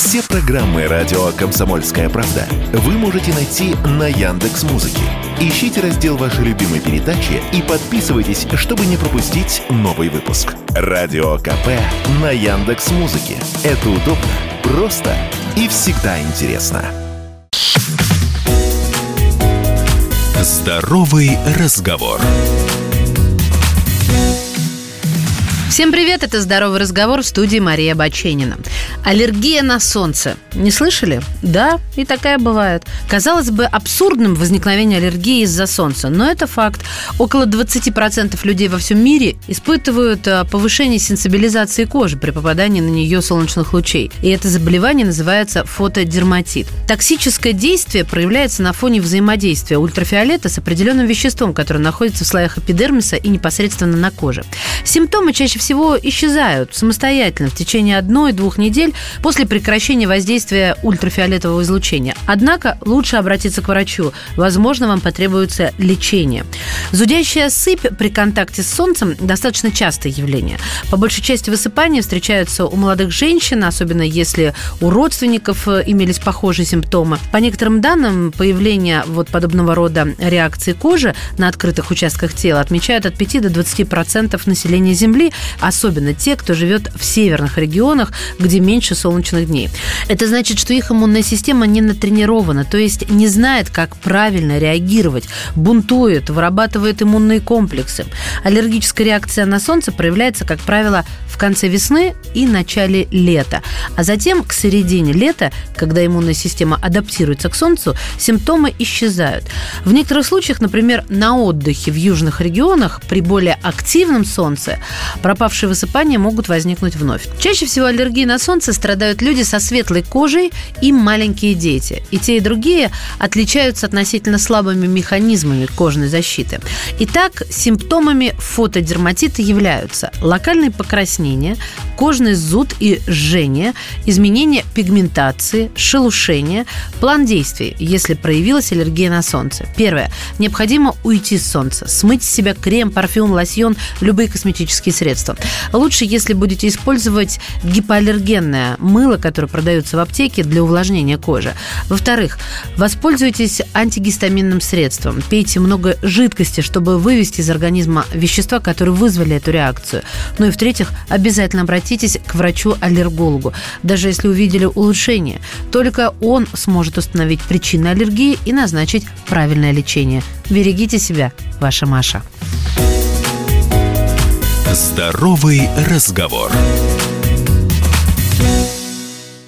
Все программы радио «Комсомольская правда» вы можете найти на Яндекс.Музыке. Ищите раздел вашей любимой передачи и подписывайтесь, чтобы не пропустить новый выпуск. Радио КП на Яндекс.Музыке. Это удобно, просто и всегда интересно. Здоровый разговор. Всем привет, это «Здоровый разговор», в студии Мария Баченина. Аллергия на солнце. Не слышали? Да, и такая бывает. Казалось бы, абсурдным возникновение аллергии из-за солнца, но это факт. Около 20% людей во всем мире испытывают повышение сенсибилизации кожи при попадании на нее солнечных лучей. И это заболевание называется фотодерматит. Токсическое действие проявляется на фоне взаимодействия ультрафиолета с определенным веществом, которое находится в слоях эпидермиса и непосредственно на коже. Симптомы чаще всего исчезают самостоятельно в течение 1-2 недель после прекращения воздействия ультрафиолетового излучения. Однако лучше обратиться к врачу. Возможно, вам потребуется лечение. Зудящая сыпь при контакте с солнцем достаточно частое явление. По большей части высыпания встречаются у молодых женщин, особенно если у родственников имелись похожие симптомы. По некоторым данным, появление подобного рода реакции кожи на открытых участках тела отмечают от 5 до 20% населения Земли, особенно те, кто живет в северных регионах, где меньше солнечных дней. Это значит, что их иммунная система не натренирована, то есть не знает, как правильно реагировать, бунтует, вырабатывает иммунные комплексы. Аллергическая реакция на солнце проявляется, как правило, в конце весны и начале лета. А затем к середине лета, когда иммунная система адаптируется к солнцу, симптомы исчезают. В некоторых случаях, например, на отдыхе в южных регионах при более активном солнце пропавшие высыпания могут возникнуть вновь. Чаще всего аллергией на солнце страдают люди со светлой кожей и маленькие дети. И те, и другие отличаются относительно слабыми механизмами кожной защиты. Итак, симптомами фотодерматита являются локальные покраснения, кожный зуд и жжение, изменение пигментации, шелушение. План действий, если проявилась аллергия на солнце. Первое. Необходимо уйти с солнца, смыть с себя крем, парфюм, лосьон, любые косметические средства. Лучше, если будете использовать гипоаллергенное мыло, которое продается в аптеке для увлажнения кожи. Во-вторых, воспользуйтесь антигистаминным средством. Пейте много жидкости, чтобы вывести из организма вещества, которые вызвали эту реакцию. Ну и в-третьих, обязательно обратитесь к врачу-аллергологу, даже если увидели улучшение. Только он сможет установить причины аллергии и назначить правильное лечение. Берегите себя, ваша Маша. Здоровый разговор.